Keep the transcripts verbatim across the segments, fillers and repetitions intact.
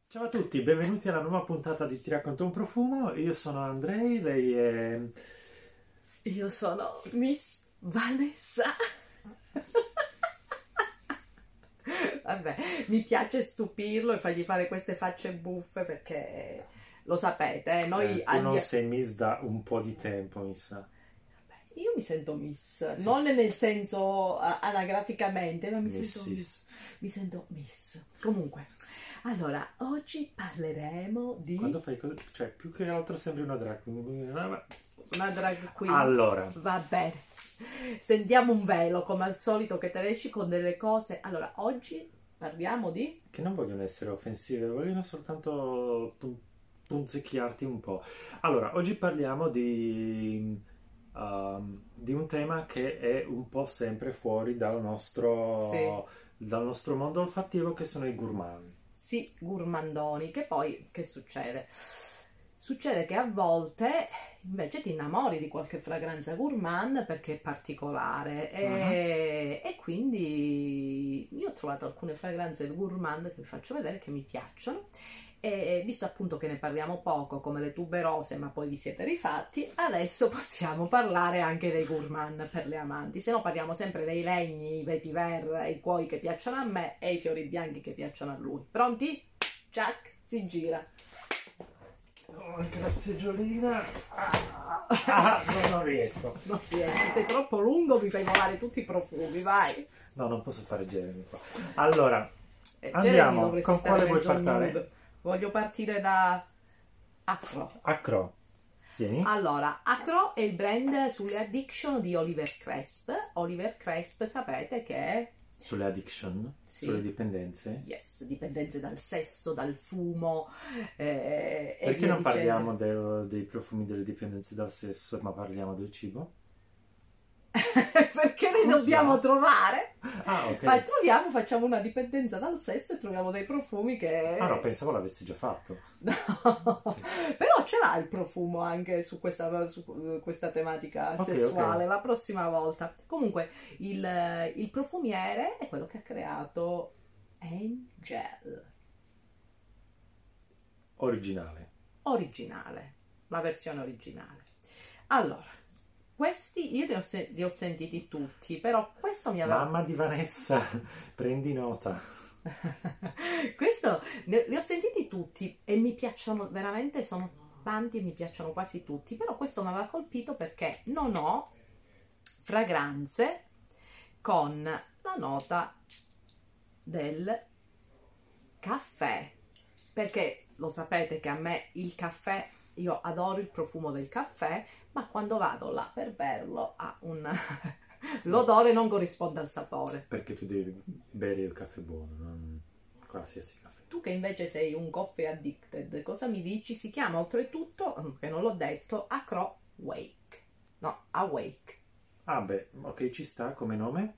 Ciao a tutti, benvenuti alla nuova puntata di Ti racconto un profumo. Io sono Andrei, lei è... Io sono Miss Vanessa. Vabbè, mi piace stupirlo e fargli fare queste facce buffe perché lo sapete, eh, noi Eh, tu non agli... sei Miss da un po' di tempo, mi sa. Io mi sento Miss, Sì. non nel senso a- anagraficamente, ma mi sento Missis. Miss. Mi sento Miss. Comunque, allora, oggi parleremo di Quando fai così, cioè più che altro sembri una drag. una drag queen. Allora, Va bene. Stendiamo un velo come al solito che te ne esci con delle cose. Allora, oggi parliamo di... che non vogliono essere offensive, vogliono soltanto pun- punzecchiarti un po'. Allora, oggi parliamo di, um, di un tema che è un po' sempre fuori dal nostro, Sì. dal nostro mondo olfattivo, che sono i gourmand. Sì, gourmandoni, che poi che succede? Succede che a volte invece ti innamori di qualche fragranza gourmand perché è particolare e, e quindi io ho trovato alcune fragranze gourmand che vi faccio vedere che mi piacciono e visto appunto che ne parliamo poco come le tuberose ma poi vi siete rifatti, adesso possiamo parlare anche dei gourmand per le amanti, se no parliamo sempre dei legni, i vetiver, i cuoio che piacciono a me e i fiori bianchi che piacciono a lui. Pronti? Jack, si gira. Oh, anche la seggiolina. Ah, ah, no, non riesco. Non riesci, sei troppo lungo, mi fai volare tutti i profumi, vai. No, non posso fare Jeremy qua. Allora, Eh, Jeremy andiamo. dovresti Con stare quale vuoi mezzo partire? nude. Voglio partire da Acro. Acro. Tieni. Allora, Acro è il brand sulle addiction di Oliver Cresp. Oliver Cresp sapete che è, Sulle addiction, Sì. sulle dipendenze. yes, dipendenze dal sesso, dal fumo. Eh, e Perché via non dicendo. parliamo del- dei profumi delle dipendenze dal sesso, ma parliamo del cibo? Perché ne Scusa. dobbiamo trovare? Ah, ok. Fa- troviamo, facciamo una dipendenza dal sesso e troviamo dei profumi che... Ah no, pensavo l'avessi già fatto. No. Però ce l'ha il profumo anche su questa, su questa tematica Ok, sessuale ok. la prossima volta. Comunque il, il profumiere è quello che ha creato Angel Originale. originale, la versione originale. Allora, questi io li ho, se- li ho sentiti tutti, però questo mi aveva... Mamma di Vanessa, prendi nota. Questo ne- li ho sentiti tutti e mi piacciono veramente, sono tanti e mi piacciono quasi tutti, però questo mi aveva colpito perché non ho fragranze con la nota del caffè, perché lo sapete che a me il caffè, io adoro il profumo del caffè, ma quando vado là per berlo ha un... l'odore non corrisponde al sapore. Perché tu devi bere il caffè buono, non qualsiasi caffè. Tu che invece sei un coffee addicted, cosa mi dici? Si chiama oltretutto, che non l'ho detto, Acro Wake. No, Awake. Ah beh, ok, ci sta come nome.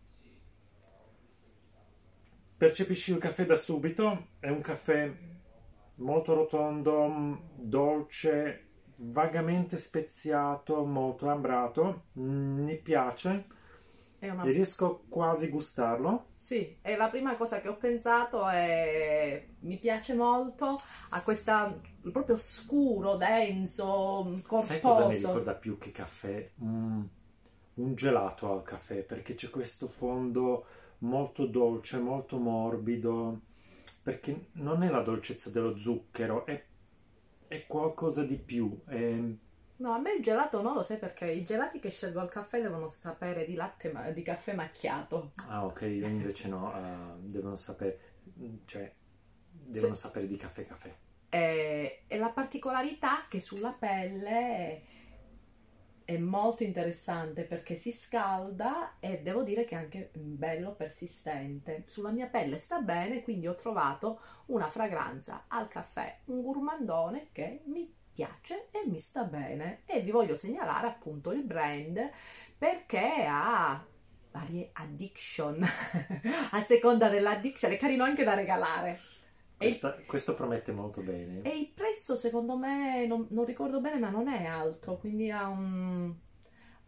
Percepisci il caffè da subito, è un caffè molto rotondo, dolce, vagamente speziato, molto ambrato, mm, mi piace, È una... e riesco quasi a gustarlo. Sì, e la prima cosa che ho pensato è... mi piace molto, ha questa... proprio scuro, denso, Sai cosa mi corposo. ricorda più che caffè? Mm, un gelato al caffè, perché c'è questo fondo molto dolce, molto morbido, perché non è la dolcezza dello zucchero, è, è qualcosa di più. È... No, a me il gelato non lo sai perché i gelati che scelgo al caffè devono sapere di latte, ma... di caffè macchiato. Ah, ok, io invece no, eh, devono sapere, cioè, devono Sì. sapere di caffè caffè. E, e la particolarità che sulla pelle è, è molto interessante perché si scalda e devo dire che è anche bello persistente. Sulla mia pelle sta bene, quindi ho trovato una fragranza al caffè, un gourmandone che mi piace e mi sta bene. E vi voglio segnalare appunto il brand perché ha varie addiction a seconda dell'addiction, è carino anche da regalare. E il, Questa- questo promette molto bene. e il prezzo secondo me non, non ricordo bene ma non è alto, quindi ha un,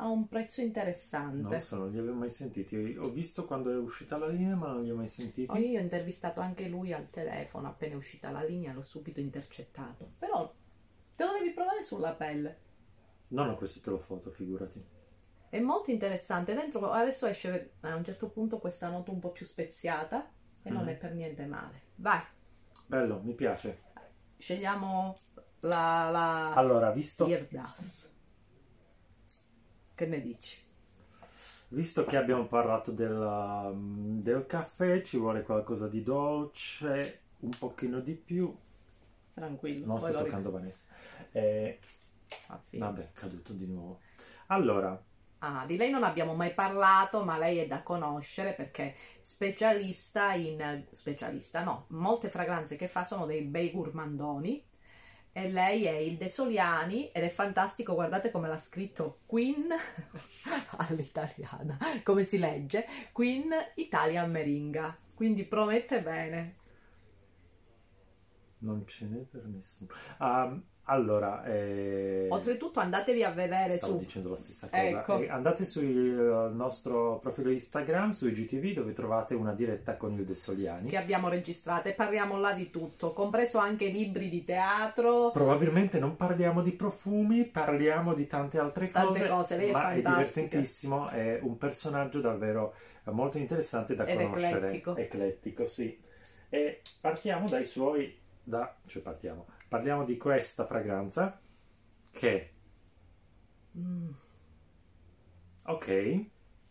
a un prezzo interessante. Non so, non li avevo mai sentiti. Ho visto quando è uscita la linea, ma non li ho mai sentiti. Oh, io ho intervistato anche lui al telefono, appena è uscita la linea l'ho subito intercettato. Però te lo devi provare sulla pelle. Non ho questo telefoto, figurati. È molto interessante. Dentro adesso esce a un certo punto questa nota un po' più speziata e mm. non è per niente male. Vai. Bello, mi piace. Scegliamo la, la... Allora, visto... Irdas. Che ne dici? Visto che abbiamo parlato del, del caffè, ci vuole qualcosa di dolce, un pochino di più. Tranquillo. Non sto toccando ric- Vanessa. Eh, vabbè, è caduto di nuovo. Allora... Ah, di lei non abbiamo mai parlato, ma lei è da conoscere perché specialista in... specialista, no, molte fragranze che fa sono dei bei gourmandoni e lei è il De Soliani ed è fantastico, guardate come l'ha scritto Queen all'italiana, come si legge, Queen Italian Meringa, quindi promette bene. Non ce n'è per nessuno. Um, allora, eh... oltretutto andatevi a vedere stavo su... dicendo la stessa cosa. Ecco. Eh, andate sul nostro profilo Instagram, su I G T V, dove trovate una diretta con il De Soliani. Che abbiamo registrato e parliamo là di tutto, compreso anche libri di teatro. Probabilmente non parliamo di profumi, parliamo di tante altre cose. Tante cose, lei è ma fantastica. È divertentissimo, è un personaggio davvero molto interessante da Ed conoscere. eclettico. Eclettico, sì. E partiamo dai suoi... Da, cioè partiamo, parliamo di questa fragranza che mm. ok,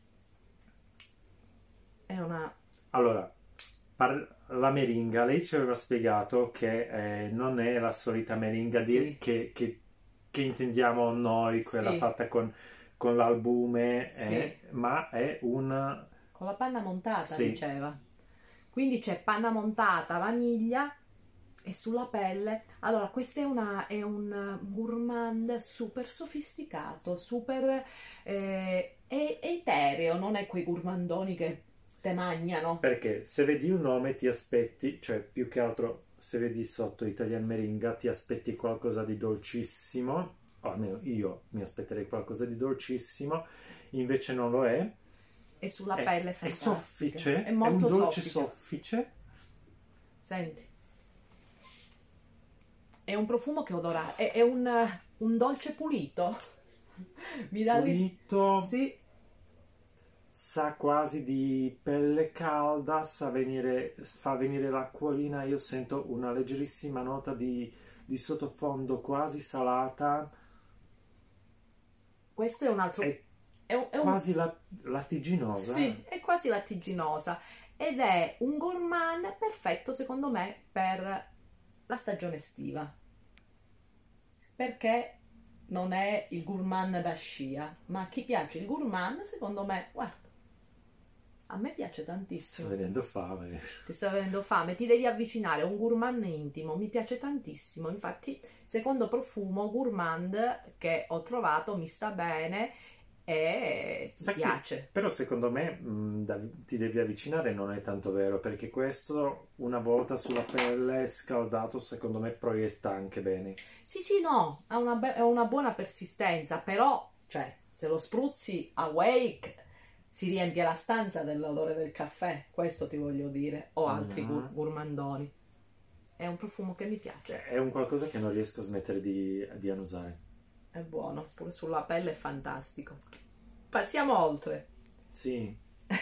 è una allora par- la meringa, lei ci aveva spiegato che eh, non è la solita meringa sì. di, che, che, che intendiamo noi, quella sì. fatta con, con l'albume, sì. eh, ma è una con la panna montata, sì. diceva, quindi c'è panna montata, vaniglia e sulla pelle. Allora, questo è, una, è un gourmand super sofisticato, super eh, è, è etereo, non è quei gourmandoni che te mangiano. Perché se vedi il nome ti aspetti, cioè più che altro se vedi sotto Italian Meringa ti aspetti qualcosa di dolcissimo, o almeno io mi aspetterei qualcosa di dolcissimo, invece non lo è. E sulla è, pelle è è fantastica. soffice, è molto è un dolce soffice. soffice. Senti. È un profumo che odora, è, è un, un dolce pulito. Mi dà Pulito, lì... sì. Sa quasi di pelle calda, sa venire, fa venire l'acquolina, io sento una leggerissima nota di, di sottofondo quasi salata. Questo è un altro... È, è, un, è quasi un... la, lattiginosa. Sì, è quasi lattiginosa. Ed è un gourmand perfetto, secondo me, per la stagione estiva. Perché non è il gourmand da scia, ma a chi piace il gourmand, secondo me, guarda, a me piace tantissimo. Sta venendo fame. Ti sta venendo fame, ti devi avvicinare a un gourmand intimo, mi piace tantissimo. Infatti, secondo profumo gourmand che ho trovato, mi sta bene e mi piace. Che, però secondo me mh, da, ti devi avvicinare, non è tanto vero, perché questo una volta sulla pelle scaldato secondo me proietta anche bene. Sì sì no, ha una, be- ha una buona persistenza, però cioè se lo spruzzi awake si riempie la stanza dell'odore del caffè, questo ti voglio dire, o altri Mm-hmm. gur- gourmandoni. È un profumo che mi piace, È un qualcosa che non riesco a smettere di, di annusare. è buono, pure sulla pelle è fantastico. Passiamo oltre. Sì.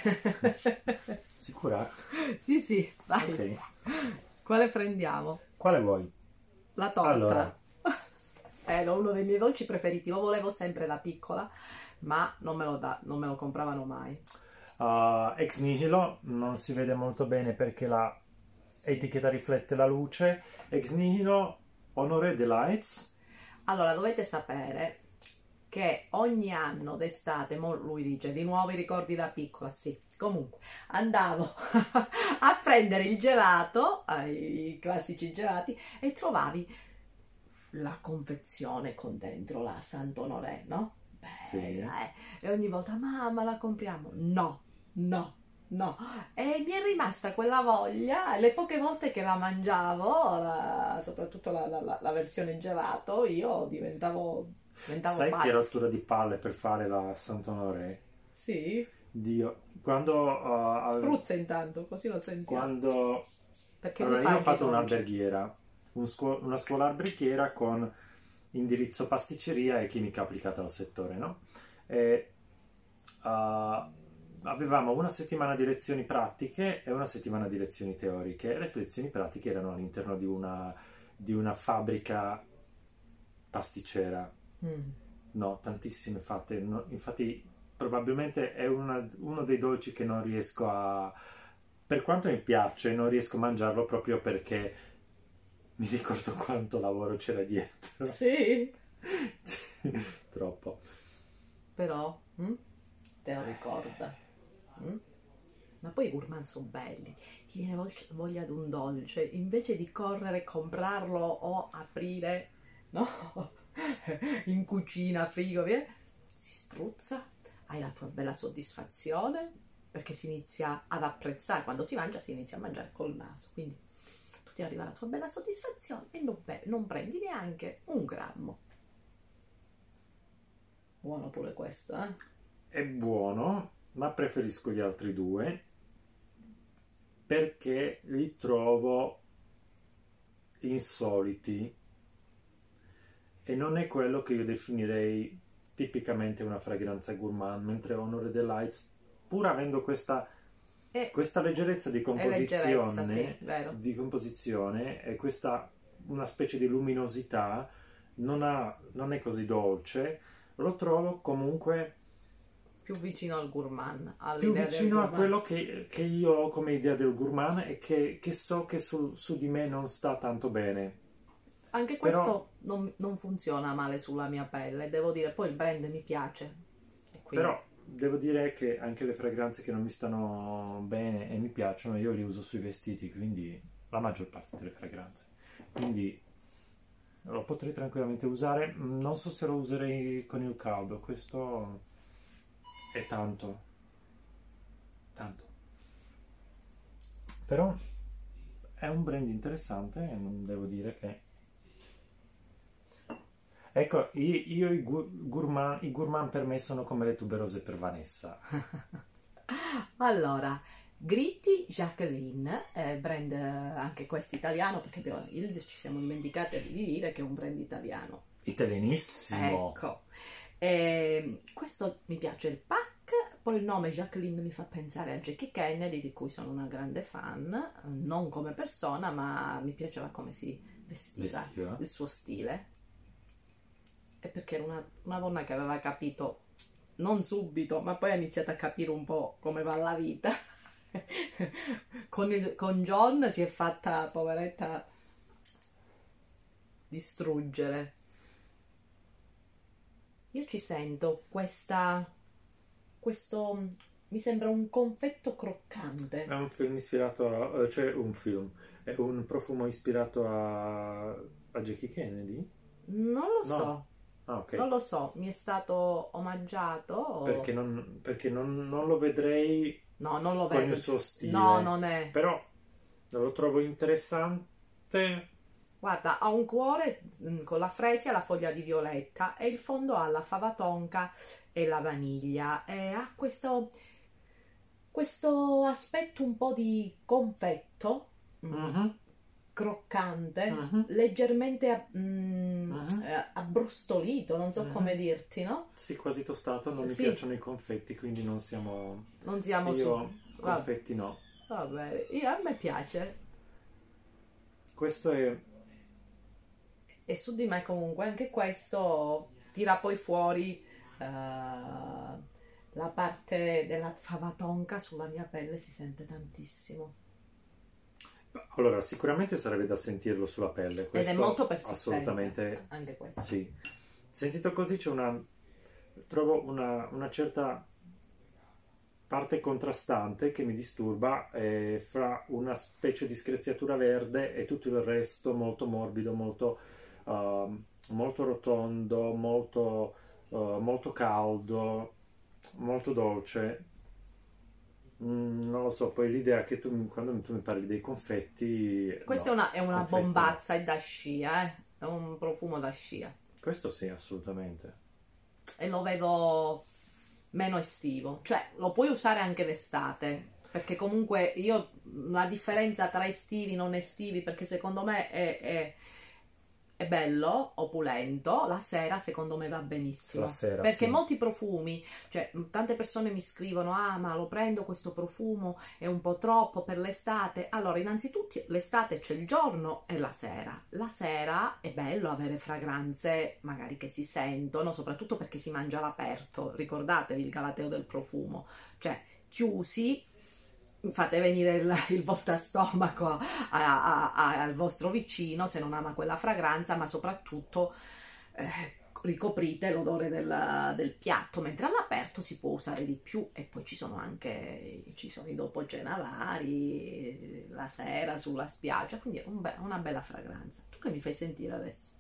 Sicura? Sì, sì, vai. Ok. Quale prendiamo? Quale vuoi? La torta. Allora. È uno dei miei dolci preferiti, lo volevo sempre da piccola, ma non me lo, da, non me lo compravano mai. Uh, Ex Nihilo non si vede molto bene perché la sì. etichetta riflette la luce. Ex Nihilo Honoré Delights. Allora, dovete sapere che ogni anno d'estate, mo lui dice di nuovo i ricordi da piccola, sì, comunque andavo a prendere il gelato, i classici gelati, e trovavi la confezione con dentro la Saint-Honoré, no? Bella, sì. eh? E ogni volta, mamma, la compriamo? No, no, no. E mi è rimasta quella voglia, le poche volte che la mangiavo, la, soprattutto la, la, la versione gelato, io diventavo Diventavo Sai che pazzo. rottura di palle per fare la Saint-Honoré? Sì. Dio, quando, uh, Spruzza intanto, così lo sentiamo. quando Perché allora lui fa io ho anche i fatto dolci. un'alberghiera, un scuo- una scuola alberghiera con indirizzo pasticceria e chimica applicata al settore, no? E, uh, avevamo una settimana di lezioni pratiche e una settimana di lezioni teoriche. Le lezioni pratiche erano all'interno di una, di una fabbrica pasticcera. Mm. No, tantissime fatte. No, infatti, probabilmente è una- uno dei dolci che non riesco a. Per quanto mi piace, non riesco a mangiarlo proprio perché mi ricordo quanto lavoro c'era dietro. Sì. Troppo. Però, mm? te lo ricorda. Mm? Ma poi i gourmand sono belli. Ti viene vol- voglia di un dolce, invece di correre, comprarlo o aprire, no? In cucina, frigo, via, si spruzza, hai la tua bella soddisfazione, perché si inizia ad apprezzare. Quando si mangia, si inizia a mangiare col naso. Quindi tu ti arriva la tua bella soddisfazione e non, be- non prendi neanche un grammo. Buono pure questo, eh? È buono, ma preferisco gli altri due perché li trovo insoliti e non è quello che io definirei tipicamente una fragranza gourmand, mentre Honore Delights, pur avendo questa, E questa leggerezza di è leggerezza, composizione, sì, vero. di composizione e questa una specie di luminosità, non, ha, non è così dolce, lo trovo comunque Più vicino al gourmand, più all'idea del vicino a gourmand. quello che, che io ho come idea del gourmand e che, che so che su, su di me non sta tanto bene. Anche Però- questo non, non funziona male sulla mia pelle, devo dire, poi il brand mi piace. E quindi- Però devo dire che anche le fragranze che non mi stanno bene e mi piacciono, io li uso sui vestiti, quindi la maggior parte delle fragranze. Quindi lo potrei tranquillamente usare. Non so se lo userei con il caldo, questo è tanto. Tanto. Però è un brand interessante e non devo dire che. Ecco, io, io i, gu- gourmand, i gourmand per me sono come le tuberose per Vanessa. Allora, Gritti Jacqueline, eh, brand eh, anche questo italiano, perché abbiamo, il- ci siamo dimenticati di dire che è un brand italiano. Italianissimo. Ecco, E questo mi piace il pack, poi il nome Jacqueline mi fa pensare a Jackie Kennedy, di cui sono una grande fan, non come persona, ma mi piaceva come si vestiva, Vestiva. il suo stile. E perché era una, una donna che aveva capito, non subito, ma poi ha iniziato a capire un po' come va la vita. Con, il- con John si è fatta, poveretta, distruggere. Io ci sento questa, questo, mi sembra un confetto croccante. È un film ispirato a. Cioè un film. È un profumo ispirato a. a Jackie Kennedy? Non lo No. so, Ah, ok. non lo so, mi è stato omaggiato. o- Perché non, perché non, non lo vedrei No, non lo con vedo. il suo stile. No, non è. Però lo trovo interessante. Guarda, ha un cuore mm, con la fresia, la foglia di violetta e il fondo ha la fava tonka e la vaniglia. E ha questo, questo aspetto un po' di confetto, mm, Mhm, croccante, mhm. leggermente mm, Mhm. eh, abbrustolito, non so Mhm. come dirti, no? Sì, quasi tostato. Non mi Sì. piacciono i confetti, quindi non siamo. Non siamo Io su... Va, confetti no. va bene, Io- a me piace. Questo è. E su di me comunque anche questo tira poi fuori eh, la parte della fava tonka sulla mia pelle, si sente tantissimo. Allora, sicuramente sarebbe da sentirlo sulla pelle. Ed Questo è molto persistente. assolutamente. Anche questo. Sì. Sentito così c'è una. Trovo una, una certa parte contrastante che mi disturba eh, fra una specie di screziatura verde e tutto il resto molto morbido, molto, uh, molto rotondo, molto, uh, molto caldo, molto dolce. Mm, non lo so, poi l'idea che tu mi- quando tu mi parli dei confetti. Questa no, è una, è una confetti no. bombazza, è da scia, eh? È un profumo da scia. Questo sì, assolutamente. E lo vedo meno estivo, cioè lo puoi usare anche d'estate, perché comunque io la differenza tra estivi e non estivi, perché secondo me è, è, è bello, opulento, la sera secondo me va benissimo, La sera, perché sì. molti profumi, cioè tante persone mi scrivono: ah, ma lo prendo questo profumo, è un po' troppo per l'estate. Allora, innanzitutto l'estate c'è il giorno e la sera. La sera è bello avere fragranze magari che si sentono, soprattutto perché si mangia all'aperto. Ricordatevi il galateo del profumo, cioè chiusi, fate venire il, il voltastomaco a- a- a- al vostro vicino se non ama quella fragranza, ma soprattutto eh, ricoprite l'odore del, del piatto, mentre all'aperto si può usare di più. E poi ci sono anche ci sono i dopo cena vari, la sera sulla spiaggia, quindi è un be- una bella fragranza. Tu che mi fai sentire adesso?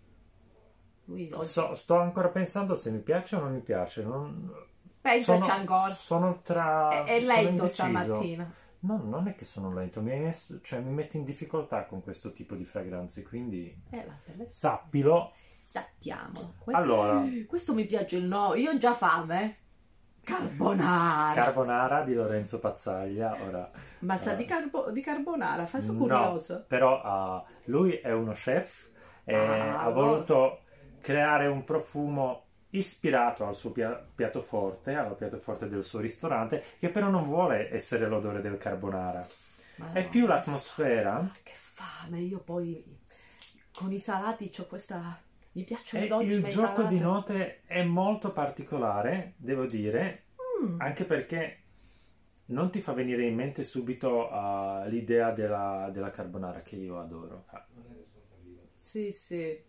Lui oggi So- sto ancora pensando se mi piace o non mi piace. Non... pensaci Sono, ancora, sono tra... è, è sono lento indeciso. stamattina. No, non è che sono lento, mi, hai messo- cioè, mi metti in difficoltà con questo tipo di fragranze, quindi È la bellezza. sappilo. Sappiamo. Que- Allora, Questo mi piace il no. Io ho già fame. Carbonara. Carbonara di Lorenzo Pazzaglia, ora... Ma sa eh, di, carbo- di carbonara, fai su no, curioso. però ah, lui è uno chef e Ah, ha allora. voluto creare un profumo ispirato al suo pia- piatto forte, al piatto forte del suo ristorante, che però non vuole essere l'odore del carbonara. Ma È no, più che l'atmosfera. fa- Che fame. Io poi con i salati c'ho questa. Mi piacciono E i dolci, il ma i gioco di salati. note è molto particolare, devo dire, Mm, anche perché non ti fa venire in mente subito ah, l'idea della, della carbonara, che io adoro. Ah, sì, sì.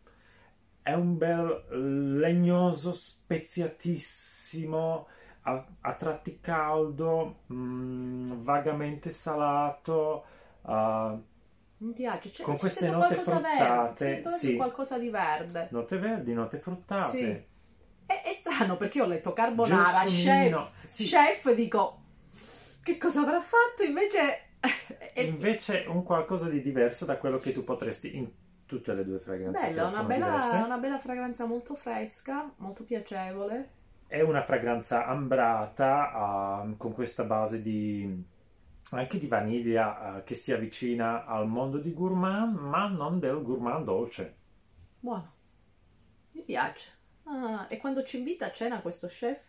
È un bel legnoso, speziatissimo, a, a tratti caldo, mm, vagamente salato, ah, Mi piace. C'è, con c'è queste dentro note qualcosa verde. C'è fruttate, dentro sì, qualcosa di verde. note verdi, note fruttate. Sì. È, è strano perché io ho letto carbonara, Gelsomino, chef, sì. chef, dico che cosa avrà fatto? Invece è Invece un qualcosa di diverso da quello che tu potresti in tutte le due fragranze che bella, una sono bella, diverse. una bella fragranza molto fresca, molto piacevole. È una fragranza ambrata ah, con questa base di anche di vaniglia ah, che si avvicina al mondo di gourmand, ma non del gourmand dolce. Buono, mi piace. Ah, e quando ci invita a cena questo chef?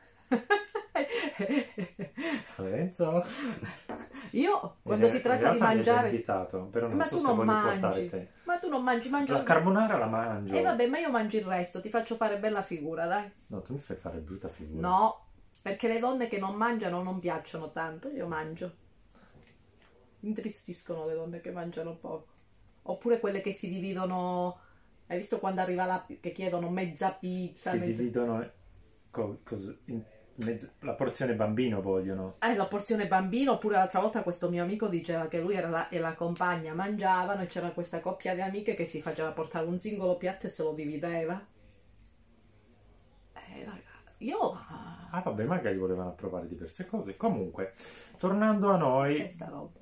Lorenzo? Io quando In si re- tratta in di realtà mi ha già mangiare. invitato, però non Ma so tu se non voglio portare mangi, te. ma tu non mangi, mangio. La carbonara la mangio. E vabbè, ma io mangio il resto, ti faccio fare bella figura, dai. No, tu mi fai fare brutta figura. No, perché le donne che non mangiano non piacciono tanto, io mangio. Mi intristiscono le donne che mangiano poco. Oppure quelle che si dividono. Hai visto quando arriva la che chiedono mezza pizza? Si mezza... dividono co- cos- in mezz- la porzione bambino vogliono. Eh, la porzione bambino, oppure l'altra volta questo mio amico diceva che lui era la- e la compagna mangiavano e c'era questa coppia di amiche che si faceva portare un singolo piatto e se lo divideva. Eh, raga, io. ah, Ah, vabbè, magari volevano provare diverse cose. Comunque, tornando a C'è noi, sta roba.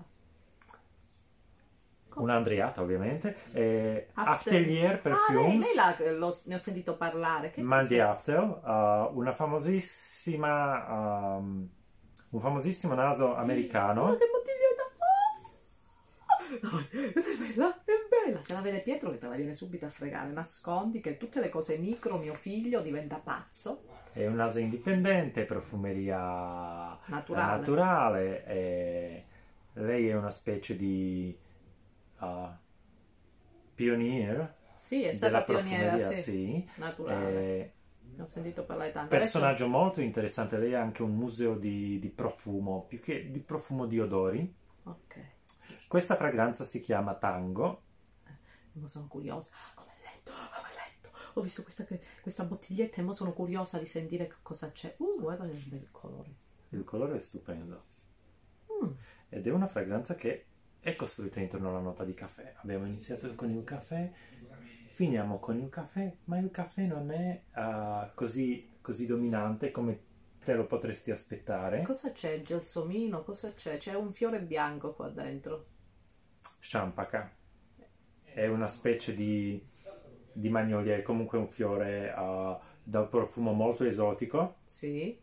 un'andriata ovviamente, eh, After- Atelier Ah, lei, Perfumes, lei l'ha- l'ho- ne ho sentito parlare. Che Mandy cos'è? After, uh, una famosissima, um, un famosissimo naso Oh, americano. che bottiglietta! Oh! È bella, è bella. Se la vede Pietro che te la viene subito a fregare, nascondi che tutte le cose micro, mio figlio diventa pazzo. È un naso indipendente, profumeria Naturale. naturale, e lei è una specie di uh, pionier Sì, è della stata pioniera, profumeria, sì. sì. Naturale. Eh, Ne ho sentito parlare tanto. personaggio molto interessante, lei ha anche un museo di, di profumo, più che di profumo di odori. Adesso... Ok. Questa fragranza si chiama Tango. Ma sono curiosa. Come letto, come letto. Ho visto questa, questa bottiglietta e mo sono curiosa di sentire che cosa c'è. Uh, guarda che bel colore. Il colore è stupendo. Mm. Ed è una fragranza che è costruita intorno alla nota di caffè. Abbiamo iniziato con il caffè, finiamo con il caffè, ma il caffè non è uh, così, così dominante come te lo potresti aspettare. Cosa c'è? Il gelsomino? Cosa c'è? C'è un fiore bianco qua dentro. Champaka è una specie di di magnolia, è comunque un fiore uh, dal profumo molto esotico, Sì.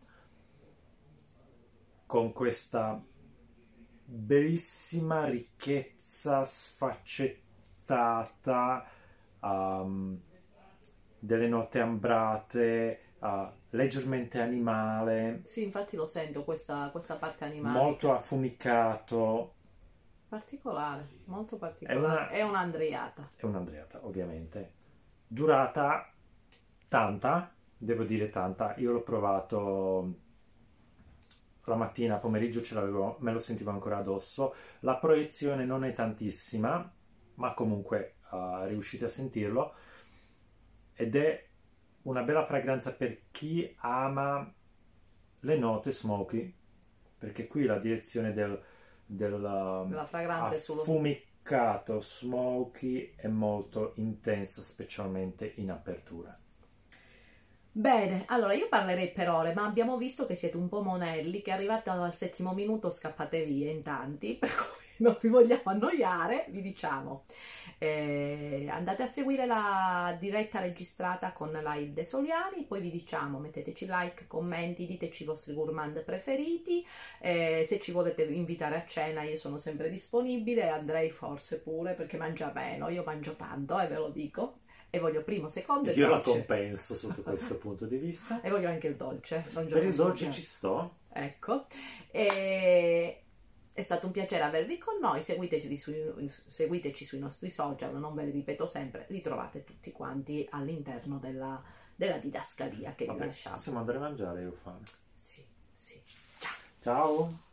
con questa bellissima ricchezza sfaccettata, um, delle note ambrate, uh, leggermente animale, Sì, infatti lo sento, questa, questa parte animalica. molto affumicato. Particolare, molto È particolare. una, È un'andriata. è un'andriata, ovviamente. Durata tanta, devo dire tanta. Io l'ho provato la mattina, pomeriggio ce l'avevo, me lo sentivo ancora addosso. La proiezione non è tantissima, ma comunque uh, riuscite a sentirlo. Ed è una bella fragranza per chi ama le note smoky, perché qui la direzione del, del um, La fragranza è solo... affumicato smoky è molto intensa, specialmente in apertura. Bene, allora io parlerei per ore, ma abbiamo visto che siete un po' monelli, che arrivate al settimo minuto scappate via in tanti, per cui non vi vogliamo annoiare, vi diciamo eh, andate a seguire la diretta registrata con Laide Soliani, poi vi diciamo metteteci like, commenti, diteci i vostri gourmand preferiti, eh, se ci volete invitare a cena io sono sempre disponibile, andrei forse pure perché mangia meno, io mangio tanto e eh, ve lo dico. E voglio primo, secondo e Io dolce. la compenso sotto questo punto di vista. E voglio anche il dolce. Per il dolce ci sto. Ecco. E... È stato un piacere avervi con noi. Seguiteci, su... Seguiteci sui nostri social, non ve li ripeto sempre. Li trovate tutti quanti all'interno della, della didascalia che Vabbè, vi lasciamo. possiamo andare a mangiare, io ho fame. Sì, sì. Ciao. Ciao.